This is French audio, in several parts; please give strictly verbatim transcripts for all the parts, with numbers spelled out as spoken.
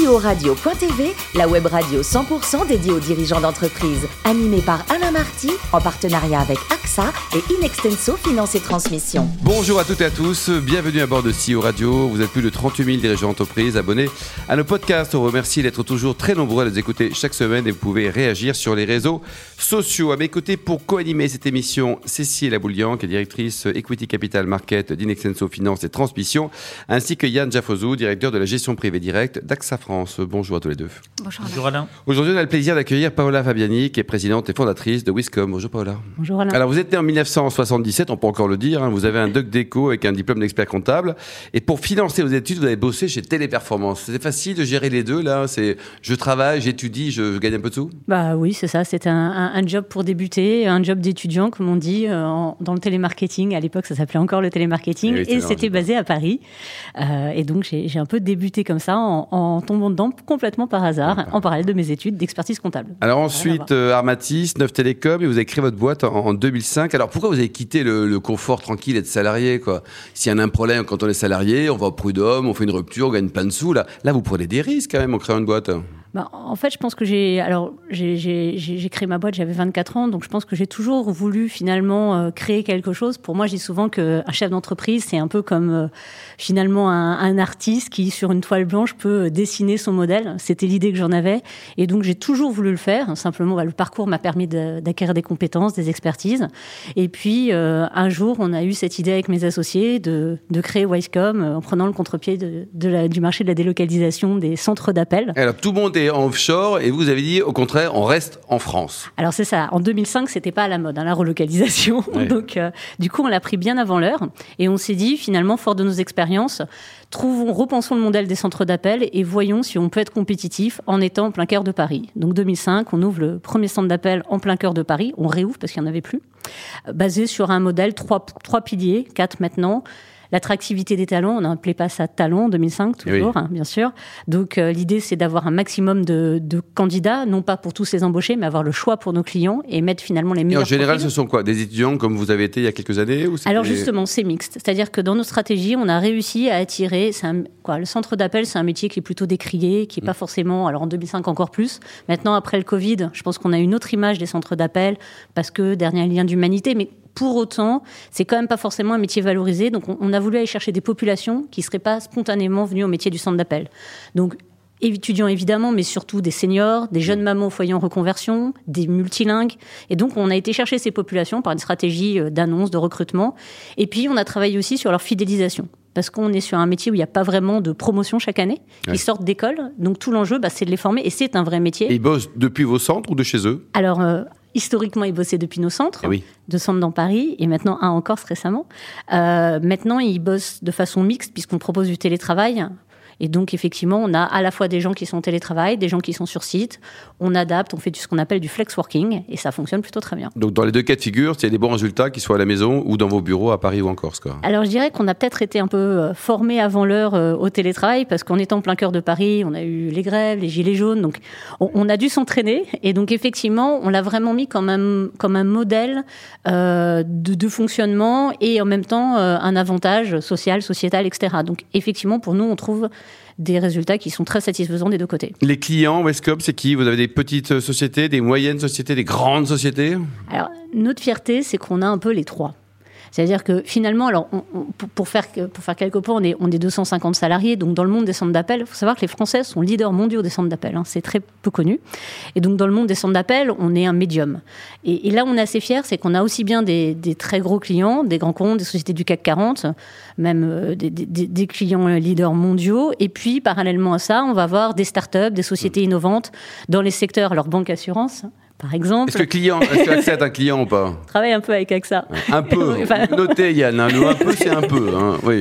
C E O radio point t v, la web radio cent pour cent dédiée aux dirigeants d'entreprise. Animée par Alain Marty, en partenariat avec A X A et Inextenso Finance et Transmission. Bonjour à toutes et à tous, bienvenue à bord de C E O Radio. Vous êtes plus de trente-huit mille dirigeants d'entreprise abonnés à nos podcasts. On vous remercie d'être toujours très nombreux à les écouter chaque semaine et vous pouvez réagir sur les réseaux sociaux. À mes côtés pour co-animer cette émission, Cécile Aboulian, qui est directrice Equity Capital Market d'Inextenso Finance et Transmission, ainsi que Yann Jaffozou, directeur de la gestion privée directe d'A X A France. Bonjour à tous les deux. Bonjour Alain. Bonjour Alain. Aujourd'hui, on a le plaisir d'accueillir Paola Fabiani, qui est présidente et fondatrice de Wiscom. Bonjour Paola. Bonjour Alain. Alors, vous êtes né en dix-neuf cent soixante-dix-sept, on peut encore le dire. Hein, vous avez un doc d'éco avec un diplôme d'expert comptable. Et pour financer vos études, vous avez bossé chez Téléperformance. C'est facile de gérer les deux, là. C'est je travaille, j'étudie, je, je gagne un peu de sous. Bah oui, c'est ça. C'était un, un, un job pour débuter, un job d'étudiant, comme on dit, euh, en, dans le télémarketing. À l'époque, ça s'appelait encore le télémarketing. Et, oui, et c'était basé à Paris. Euh, et donc, j'ai, j'ai un peu débuté comme ça, en, en tombant dedans complètement par hasard, ah, en parallèle de mes études d'expertise comptable. Alors ensuite, euh, Armatis, Neuf Télécom, et vous avez créé votre boîte en, en deux mille cinq. Alors pourquoi vous avez quitté le, le confort tranquille d'être salarié, quoi ? S'il y a un problème quand on est salarié, on va au prud'homme, on fait une rupture, on gagne plein de sous. Là, là vous prenez des risques quand même en créant une boîte. Bah, en fait, je pense que j'ai, alors, j'ai, j'ai, j'ai créé ma boîte, j'avais vingt-quatre ans, donc je pense que j'ai toujours voulu finalement euh, créer quelque chose. Pour moi, je dis souvent qu'un chef d'entreprise, c'est un peu comme euh, finalement un, un artiste qui, sur une toile blanche, peut dessiner son modèle. C'était l'idée que j'en avais. Et donc, j'ai toujours voulu le faire. Simplement, bah, le parcours m'a permis de, d'acquérir des compétences, des expertises. Et puis, euh, un jour, on a eu cette idée avec mes associés de, de créer Wisecom euh, en prenant le contre-pied de, de la, du marché de la délocalisation des centres d'appel. Alors, tout le monde est en offshore et vous avez dit au contraire on reste en France. Alors c'est ça, en deux mille cinq c'était pas à la mode hein, la relocalisation, oui. donc euh, du coup on l'a pris bien avant l'heure et on s'est dit finalement fort de nos expériences, trouvons, repensons le modèle des centres d'appel et voyons si on peut être compétitif en étant en plein cœur de Paris. Donc deux mille cinq on ouvre le premier centre d'appel en plein cœur de Paris, on réouvre parce qu'il n'y en avait plus, basé sur un modèle trois, trois piliers, quatre maintenant. L'attractivité des talents, on n'appelait pas ça talent en deux mille cinq, toujours, oui. hein, bien sûr. Donc, euh, l'idée, c'est d'avoir un maximum de, de candidats, non pas pour tous les embaucher, mais avoir le choix pour nos clients et mettre finalement les meilleurs. Et en général, profils. Ce sont quoi ? Des étudiants comme vous avez été il y a quelques années ou Alors, justement, c'est mixte. C'est-à-dire que dans nos stratégies, on a réussi à attirer. C'est un, quoi, le centre d'appel, c'est un métier qui est plutôt décrié, qui n'est mmh. pas forcément. Alors, en deux mille cinq, encore plus. Maintenant, après le Covid, je pense qu'on a une autre image des centres d'appel parce que dernier lien d'humanité, mais pour autant, c'est quand même pas forcément un métier valorisé. Donc, on, on a voulu aller chercher des populations qui seraient pas spontanément venues au métier du centre d'appel. Donc, étudiants évidemment, mais surtout des seniors, des jeunes mamans au foyer en reconversion, des multilingues. Et donc, on a été chercher ces populations par une stratégie d'annonce, de recrutement. Et puis, on a travaillé aussi sur leur fidélisation. Parce qu'on est sur un métier où il n'y a pas vraiment de promotion chaque année. Ils ouais. sortent d'école. Donc, tout l'enjeu, bah, c'est de les former. Et c'est un vrai métier. Et ils bossent depuis vos centres ou de chez eux ? Alors, euh, historiquement, ils bossaient depuis nos centres. Eh oui. Deux centres dans Paris. Et maintenant, un en Corse récemment. Euh, maintenant, ils bossent de façon mixte puisqu'on propose du télétravail. Et donc, effectivement, on a à la fois des gens qui sont en télétravail, des gens qui sont sur site. On adapte, on fait du, ce qu'on appelle du flex working et ça fonctionne plutôt très bien. Donc, dans les deux cas de figure, il y a des bons résultats, qu'ils soient à la maison ou dans vos bureaux à Paris ou en Corse, quoi. Alors, je dirais qu'on a peut-être été un peu formés avant l'heure au télétravail parce qu'en étant en plein cœur de Paris, on a eu les grèves, les gilets jaunes. Donc, on, on a dû s'entraîner. Et donc, effectivement, on l'a vraiment mis comme un, comme un modèle euh, de, de fonctionnement et en même temps euh, un avantage social, sociétal, et cetera. Donc, effectivement, pour nous, on trouve des résultats qui sont très satisfaisants des deux côtés. Les clients Wisecom, c'est qui ? Vous avez des petites sociétés, des moyennes sociétés, des grandes sociétés ? Alors, notre fierté, c'est qu'on a un peu les trois. C'est-à-dire que finalement, alors, on, on, pour, faire, pour faire quelques points, on est, on est deux cent cinquante salariés. Donc, dans le monde des centres d'appel, il faut savoir que les Français sont leaders mondiaux des centres d'appel. Hein, c'est très peu connu. Et donc, dans le monde des centres d'appel, on est un médium. Et, et là, on est assez fiers, c'est qu'on a aussi bien des, des très gros clients, des grands comptes, des sociétés du C A C quarante, même euh, des, des, des clients leaders mondiaux. Et puis, parallèlement à ça, on va avoir des startups, des sociétés innovantes dans les secteurs, alors banque, assurance, par exemple. Est-ce que client, est-ce que A X A est un client ou pas ? Je travaille un peu avec A X A. Un peu. Enfin, notez Yann, hein, le un peu c'est un peu. Hein, oui.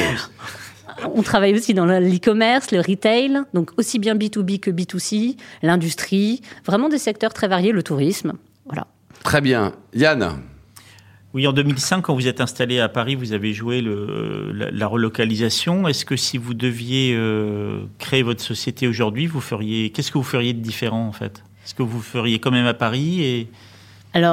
On travaille aussi dans l'e-commerce, le retail, donc aussi bien B deux B que B deux C, l'industrie, vraiment des secteurs très variés, le tourisme. Voilà. Très bien. Yann ? Oui, en deux mille cinq, quand vous êtes installé à Paris, vous avez joué le, la, la relocalisation. Est-ce que si vous deviez euh, créer votre société aujourd'hui, vous feriez, qu'est-ce que vous feriez de différent en fait ? Est-ce que vous feriez quand même à Paris et... Alors,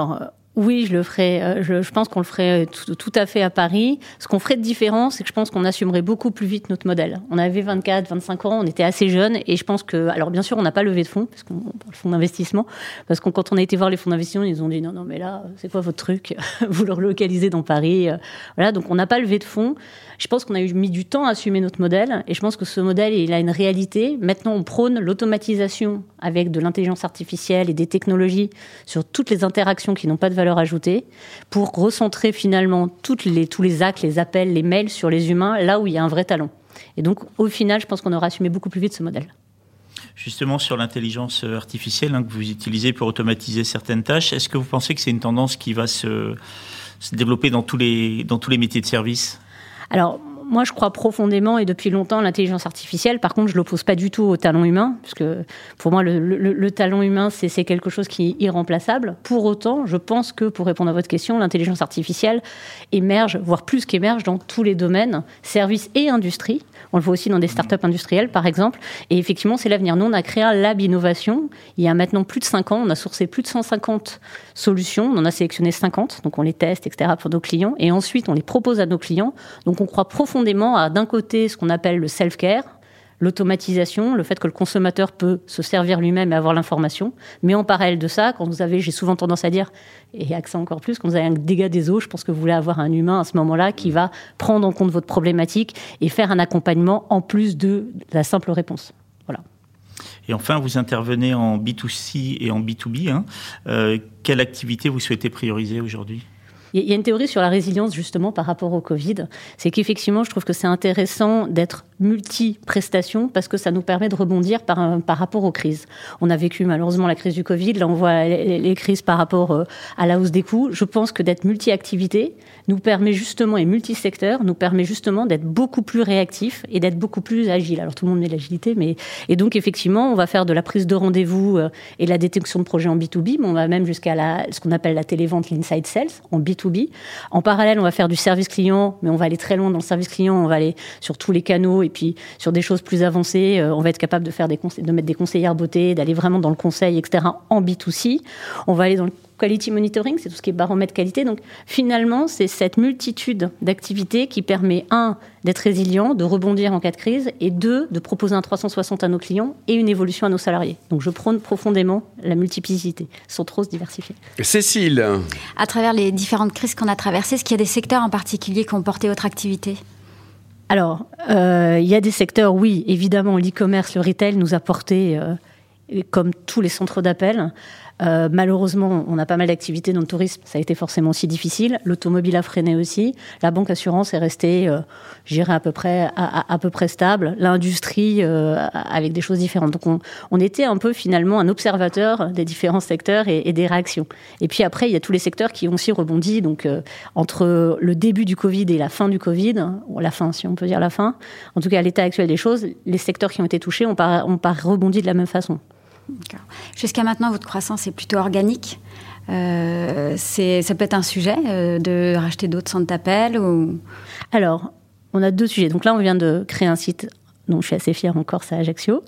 Oui, je le ferai. Je, je pense qu'on le ferait tout, tout à fait à Paris. Ce qu'on ferait de différent, c'est que je pense qu'on assumerait beaucoup plus vite notre modèle. On avait vingt-quatre, vingt-cinq ans, on était assez jeunes, et je pense que, alors bien sûr, on n'a pas levé de fonds, parce qu'on parle fonds d'investissement, parce que quand on a été voir les fonds d'investissement, ils nous ont dit non, non, mais là, c'est quoi votre truc? Vous le relocalisez dans Paris. Voilà, donc on n'a pas levé de fonds. Je pense qu'on a eu mis du temps à assumer notre modèle, et je pense que ce modèle, il a une réalité. Maintenant, on prône l'automatisation avec de l'intelligence artificielle et des technologies sur toutes les interactions qui n'ont pas de valeur ajoutée, pour recentrer finalement toutes les, tous les actes, les appels, les mails sur les humains, là où il y a un vrai talent. Et donc, au final, je pense qu'on aura assumé beaucoup plus vite ce modèle. Justement, sur l'intelligence artificielle hein, que vous utilisez pour automatiser certaines tâches, est-ce que vous pensez que c'est une tendance qui va se, se développer dans tous les, dans tous les métiers de service ? Alors, moi, je crois profondément et depuis longtemps l'intelligence artificielle. Par contre, je ne l'oppose pas du tout au talent humain, parce que pour moi, le, le, le talent humain, c'est, c'est quelque chose qui est irremplaçable. Pour autant, je pense que, pour répondre à votre question, l'intelligence artificielle émerge, voire plus qu'émerge, dans tous les domaines, services et industrie. On le voit aussi dans des startups industrielles, par exemple. Et effectivement, c'est l'avenir. Nous, on a créé un lab innovation. Il y a maintenant plus de cinq ans, on a sourcé plus de cent cinquante solutions. On en a sélectionné cinquante. Donc, on les teste, et cetera, pour nos clients. Et ensuite, on les propose à nos clients. Donc, on croit profondément à, d'un côté, ce qu'on appelle le self-care, l'automatisation, le fait que le consommateur peut se servir lui-même et avoir l'information. Mais en parallèle de ça, quand vous avez, j'ai souvent tendance à dire, et AXA encore plus, quand vous avez un dégât des eaux, je pense que vous voulez avoir un humain à ce moment-là qui va prendre en compte votre problématique et faire un accompagnement en plus de la simple réponse. Voilà. Et enfin, vous intervenez en B deux C et en B deux B. Hein. Euh, quelle activité vous souhaitez prioriser aujourd'hui ? Il y a une théorie sur la résilience, justement, par rapport au Covid. C'est qu'effectivement, je trouve que c'est intéressant d'être multi-prestations parce que ça nous permet de rebondir par, par rapport aux crises. On a vécu, malheureusement, la crise du Covid. Là, on voit les, les crises par rapport à la hausse des coûts. Je pense que d'être multi-activité nous permet justement, et multi-secteur, nous permet justement d'être beaucoup plus réactif et d'être beaucoup plus agile. Alors, tout le monde met l'agilité, mais... Et donc, effectivement, on va faire de la prise de rendez-vous et de la détection de projets en B deux B, mais on va même jusqu'à la, ce qu'on appelle la télévente, l'inside sales, en B deux B. En parallèle, on va faire du service client, mais on va aller très loin dans le service client, on va aller sur tous les canaux et puis sur des choses plus avancées, euh, on va être capable de faire des conse- de mettre des conseillères beauté, d'aller vraiment dans le conseil, et cetera en B deux C. On va aller dans le quality monitoring, c'est tout ce qui est baromètre qualité. Donc finalement, c'est cette multitude d'activités qui permet, un, d'être résilient, de rebondir en cas de crise, et deux, de proposer un trois cent soixante à nos clients et une évolution à nos salariés. Donc je prône profondément la multiplicité, sans trop se diversifier. Cécile. À travers les différentes crises qu'on a traversées, est-ce qu'il y a des secteurs en particulier qui ont porté votre activité ? Alors, euh, il y a des secteurs, oui, évidemment, l'e-commerce, le retail nous a porté, euh, comme tous les centres d'appel. Euh, malheureusement, on a pas mal d'activités dans le tourisme, ça a été forcément aussi difficile. L'automobile a freiné aussi. La banque assurance est restée, euh, je dirais, à peu près, à, à, à peu près stable. L'industrie, euh, avec des choses différentes. Donc, on, on était un peu finalement un observateur des différents secteurs et, et des réactions. Et puis après, il y a tous les secteurs qui ont aussi rebondi. Donc, euh, entre le début du Covid et la fin du Covid, ou la fin, si on peut dire la fin, en tout cas, à l'état actuel des choses, les secteurs qui ont été touchés ont pas, ont pas rebondi de la même façon. D'accord. Jusqu'à maintenant, votre croissance est plutôt organique. Euh, c'est, ça peut être un sujet euh, de racheter d'autres centres d'appel ou... Alors, on a deux sujets. Donc là, on vient de créer un site dont je suis assez fière en Corse, à Ajaccio.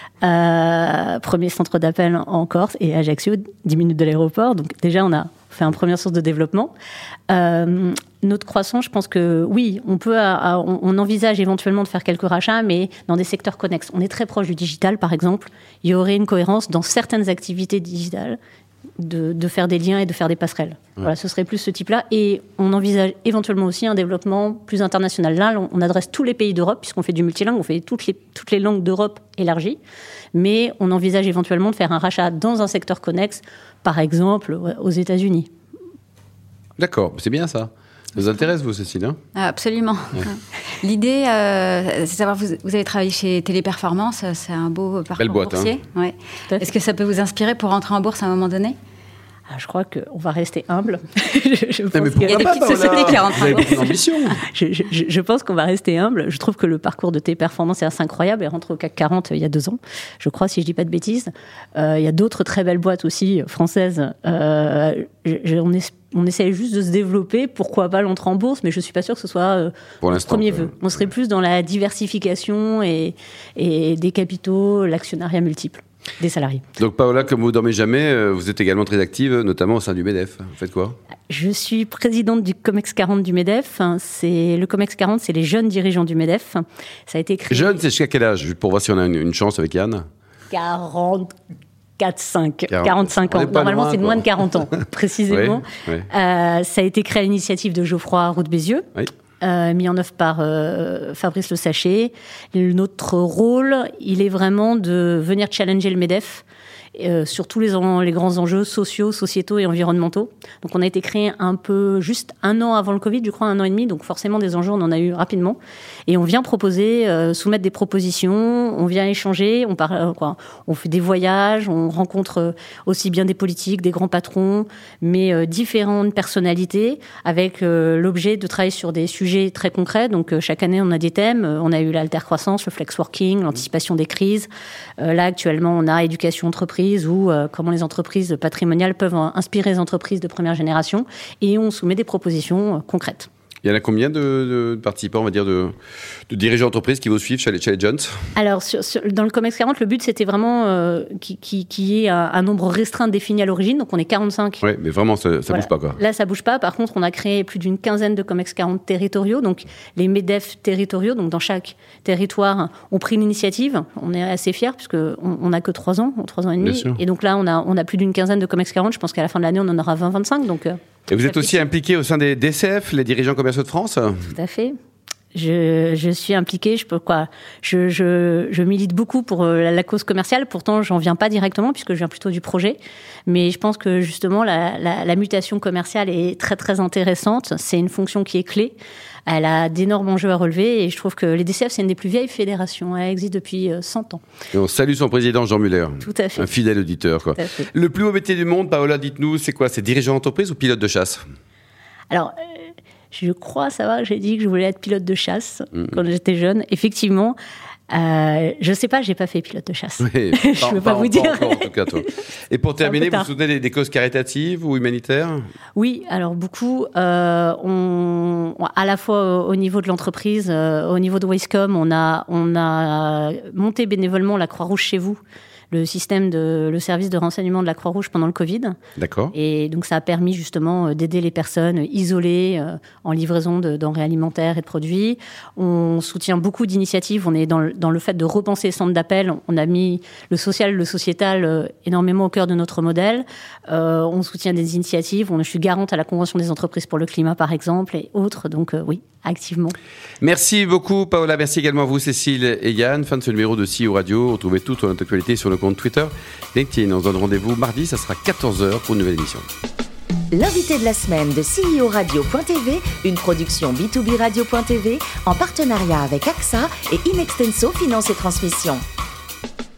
Euh, premier centre d'appel en Corse et Ajaccio, dix minutes de l'aéroport. Donc déjà, on a fait un premier source de développement. Euh, notre croissance, je pense que oui, on peut, on, on envisage éventuellement de faire quelques rachats, mais dans des secteurs connexes. On est très proche du digital, par exemple. Il y aurait une cohérence dans certaines activités digitales de, de faire des liens et de faire des passerelles. Mmh. Voilà, ce serait plus ce type-là. Et on envisage éventuellement aussi un développement plus international. Là, on, on adresse tous les pays d'Europe, puisqu'on fait du multilingue, on fait toutes les, toutes les langues d'Europe élargies. Mais on envisage éventuellement de faire un rachat dans un secteur connexe, par exemple aux États-Unis. D'accord, c'est bien ça. Ça vous intéresse, vous, Cécile, hein ? Absolument. Ouais. L'idée, euh, c'est de savoir, vous, vous avez travaillé chez Téléperformance, c'est un beau parcours Belle boîte, boursier. Hein. Ouais. Est-ce que ça peut vous inspirer pour rentrer en bourse à un moment donné ? Ah, je crois qu'on va rester humble. je, je pense non, mais il y a des petites sociétés qui rentrent en bourse. Ambition. je, je, je pense qu'on va rester humble. Je trouve que le parcours de Téléperformance est assez incroyable. Elle rentre au C A C quarante il y a deux ans, je crois, si je dis pas de bêtises. Euh, il y a d'autres très belles boîtes aussi françaises. Euh, je, je, on, est, on essaie juste de se développer. Pourquoi pas l'entrée en bourse, mais je suis pas sûre que ce soit euh, Pour le premier vœu. On serait plus dans la diversification et, et des capitaux, l'actionnariat multiple. des salariés. Donc Paola, comme vous ne dormez jamais, vous êtes également très active, notamment au sein du MEDEF. Vous faites quoi ? Je suis présidente du COMEX quarante du MEDEF. C'est, le COMEX quarante, c'est les jeunes dirigeants du MEDEF. Ça a été créé... Jeunes, c'est jusqu'à quel âge ? Pour voir si on a une, une chance avec Yann. quarante-quatre, cinq, quarante-cinq ans. Normalement, loin, c'est de moins de quarante ans, précisément. Oui, oui. Euh, ça a été créé à l'initiative de Geoffroy Roux de Bézieux. Oui. Euh, mis en œuvre par euh, Fabrice Le Sachet. Notre rôle, il est vraiment de venir challenger le MEDEF euh, sur tous les, en, les grands enjeux sociaux, sociétaux et environnementaux. Donc on a été créé un peu juste un an avant le Covid, je crois, un an et demi. Donc forcément des enjeux, on en a eu rapidement. Et on vient proposer, euh, soumettre des propositions, on vient échanger, on, parle, quoi, on fait des voyages, on rencontre aussi bien des politiques, des grands patrons, mais euh, différentes personnalités avec euh, l'objet de travailler sur des sujets très concrets. Donc euh, chaque année, on a des thèmes. On a eu l'altercroissance, le flex working, l'anticipation des crises. Euh, là, actuellement, on a éducation entreprise ou euh, comment les entreprises patrimoniales peuvent inspirer les entreprises de première génération. Et on soumet des propositions euh, concrètes. Il y en a combien de, de participants, on va dire, de, de dirigeants d'entreprise qui vous suivent chez les, chez les Jones ? Alors, sur, sur, dans le COMEX quarante, le but, c'était vraiment euh, qu'il qui, qui y ait un, un nombre restreint défini à l'origine. Donc, on est quarante-cinq. Oui, mais vraiment, ça ne voilà. bouge pas, quoi. Là, ça ne bouge pas. Par contre, on a créé plus d'une quinzaine de COMEX quarante territoriaux. Donc, les MEDEF territoriaux, donc dans chaque territoire, ont pris l'initiative. On est assez fiers, puisqu'on n'a que trois ans, trois ans et demi. Et donc là, on a, on a plus d'une quinzaine de COMEX quarante. Je pense qu'à la fin de l'année, on en aura vingt, vingt-cinq. Donc... Euh, Et vous êtes aussi impliqué au sein des D C F, les dirigeants commerciaux de France ? Tout à fait. Je, je suis impliquée, je peux quoi je, je, je milite beaucoup pour la, la cause commerciale. Pourtant, j'en viens pas directement puisque je viens plutôt du projet. Mais je pense que justement, la, la, la mutation commerciale est très très intéressante. C'est une fonction qui est clé. Elle a d'énormes enjeux à relever et je trouve que les D C F, c'est une des plus vieilles fédérations. Elle existe depuis cent ans. Et on salue son président, Jean Muller. Tout à fait. Un fidèle auditeur, quoi. Le plus haut métier du monde, Paola, dites-nous, c'est quoi ? C'est dirigeant d'entreprise ou pilote de chasse ? Alors, euh, je crois savoir que j'ai dit que je voulais être pilote de chasse mmh. quand j'étais jeune. Effectivement, euh, je sais pas, j'ai pas fait pilote de chasse. Oui, je ne peux pas, pas vous dire. Pas encore, en tout cas, toi. Et pour terminer, vous soutenez des, des causes caritatives ou humanitaires ? Oui, alors beaucoup. Euh, on, à la fois au niveau de l'entreprise, euh, au niveau de Wacecom, on a, on a monté bénévolement la Croix-Rouge chez vous. Le système de, le service de renseignement de la Croix-Rouge pendant le Covid. D'accord. Et donc, ça a permis justement d'aider les personnes isolées euh, en livraison de denrées alimentaires et de produits. On soutient beaucoup d'initiatives. On est dans le, dans le fait de repenser les centres d'appel. On a mis le social, le sociétal euh, énormément au cœur de notre modèle. Euh, on soutient des initiatives. On, je suis garante à la Convention des entreprises pour le climat, par exemple, et autres. Donc, euh, oui, activement. Merci beaucoup, Paola. Merci également à vous, Cécile et Yann. Fin de ce numéro de C E O Radio. Retrouvez toute notre actualité sur le compte Twitter, LinkedIn. On se donne rendez-vous mardi, ça sera quatorze heures pour une nouvelle émission. L'invité de la semaine de C E O Radio point T V, une production B deux B Radio point T V en partenariat avec A X A et Inextenso Finance et Transmission.